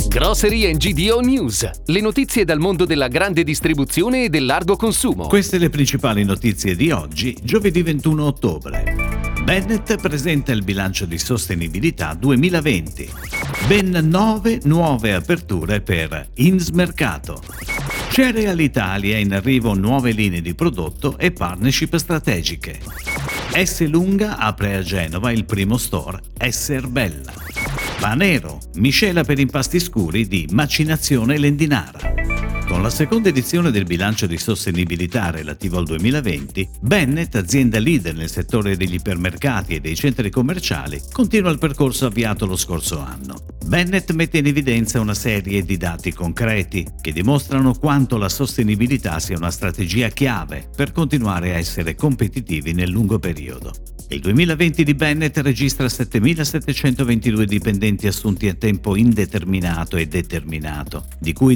Grocery GDO News, le notizie dal mondo della grande distribuzione e del largo consumo. Queste le principali notizie di oggi, giovedì 21 ottobre. Bennett presenta il bilancio di sostenibilità 2020. Ben 9 nuove aperture per Ins Mercato. Cereal Italia in arrivo nuove linee di prodotto e partnership strategiche. Esselunga apre a Genova il primo store Esserbella. Panero, miscela per impasti scuri di Macinazione Lendinara. Con la seconda edizione del bilancio di sostenibilità relativo al 2020, Bennett, azienda leader nel settore degli ipermercati e dei centri commerciali, continua il percorso avviato lo scorso anno. Bennett mette in evidenza una serie di dati concreti che dimostrano quanto la sostenibilità sia una strategia chiave per continuare a essere competitivi nel lungo periodo. Il 2020 di Bennett registra 7.722 dipendenti assunti a tempo indeterminato e determinato, di cui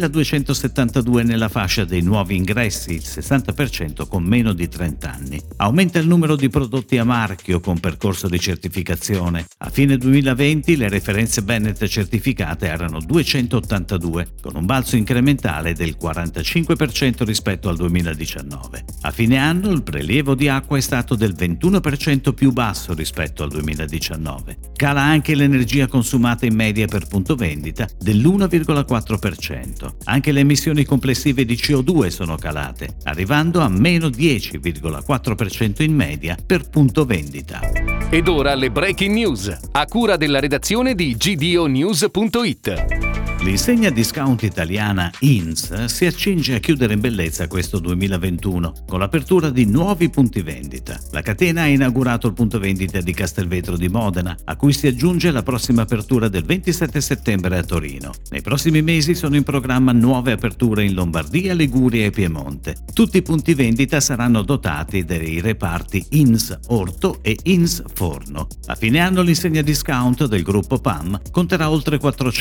2.272 nella fascia dei nuovi ingressi, il 60% con meno di 30 anni. Aumenta il numero di prodotti a marchio con percorso di certificazione. A fine 2020 le referenze Bennett certificate erano 282, con un balzo incrementale del 45% rispetto al 2019. A fine anno il prelievo di acqua è stato del 21% più basso rispetto al 2019. Cala anche l'energia consumata in media per punto vendita dell'1,4%. Anche le emissioni complessive di CO2 sono calate, arrivando a meno 10,4% in media per punto vendita. Ed ora le breaking news, a cura della redazione di gdonews.it. L'insegna discount italiana Ins si accinge a chiudere in bellezza questo 2021 con l'apertura di nuovi punti vendita. La catena ha inaugurato il punto vendita di Castelvetro di Modena, a cui si aggiunge la prossima apertura del 27 settembre a Torino. Nei prossimi mesi sono in programma nuove aperture in Lombardia, Liguria e Piemonte. Tutti i punti vendita saranno dotati dei reparti Ins Orto e Ins Forno. A fine anno l'insegna discount del gruppo PAM conterà oltre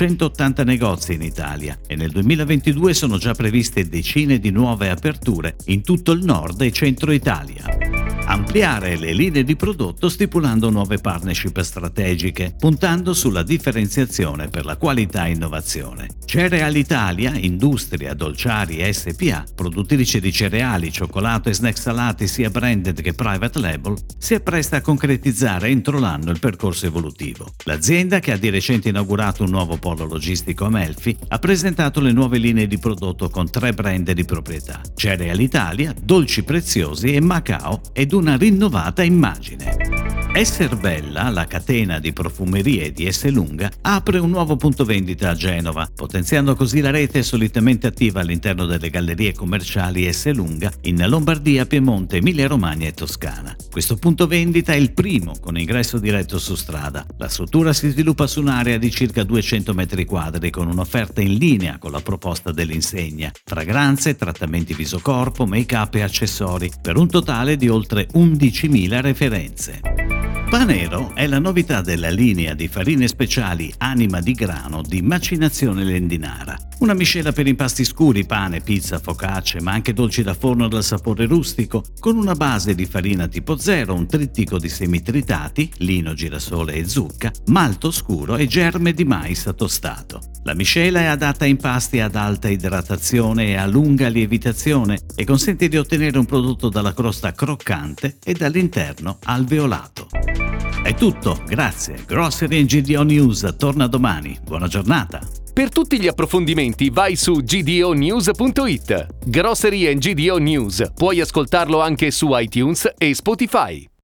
480 negozi in Italia e nel 2022 sono già previste decine di nuove aperture in tutto il nord e centro Italia. Ampliare le linee di prodotto stipulando nuove partnership strategiche, puntando sulla differenziazione per la qualità e innovazione. Cereal Italia, Industria Dolciari SPA, produttrice di cereali, cioccolato e snack salati sia branded che private label, si appresta a concretizzare entro l'anno il percorso evolutivo. L'azienda, che ha di recente inaugurato un nuovo polo logistico a Melfi, ha presentato le nuove linee di prodotto con 3 brand di proprietà: Cereal Italia, Dolci Preziosi e Macao, ed una rinnovata immagine. Esserbella, la catena di profumerie di Esselunga, apre un nuovo punto vendita a Genova, potenziando così la rete solitamente attiva all'interno delle gallerie commerciali Esselunga in Lombardia, Piemonte, Emilia-Romagna e Toscana. Questo punto vendita è il primo con ingresso diretto su strada. La struttura si sviluppa su un'area di circa 200 metri quadri con un'offerta in linea con la proposta dell'insegna: fragranze, trattamenti viso-corpo, make-up e accessori, per un totale di oltre 11.000 referenze. Panero è la novità della linea di farine speciali Anima di Grano di Macinazione Lendinara. Una miscela per impasti scuri, pane, pizza, focacce, ma anche dolci da forno dal sapore rustico, con una base di farina tipo 0, un trittico di semi tritati, lino, girasole e zucca, malto scuro e germe di mais tostato. La miscela è adatta a impasti ad alta idratazione e a lunga lievitazione e consente di ottenere un prodotto dalla crosta croccante e dall'interno alveolato. È tutto, grazie. Grocery GDO News torna domani. Buona giornata. Per tutti gli approfondimenti vai su gdonews.it. Grocery GDO News, puoi ascoltarlo anche su iTunes e Spotify.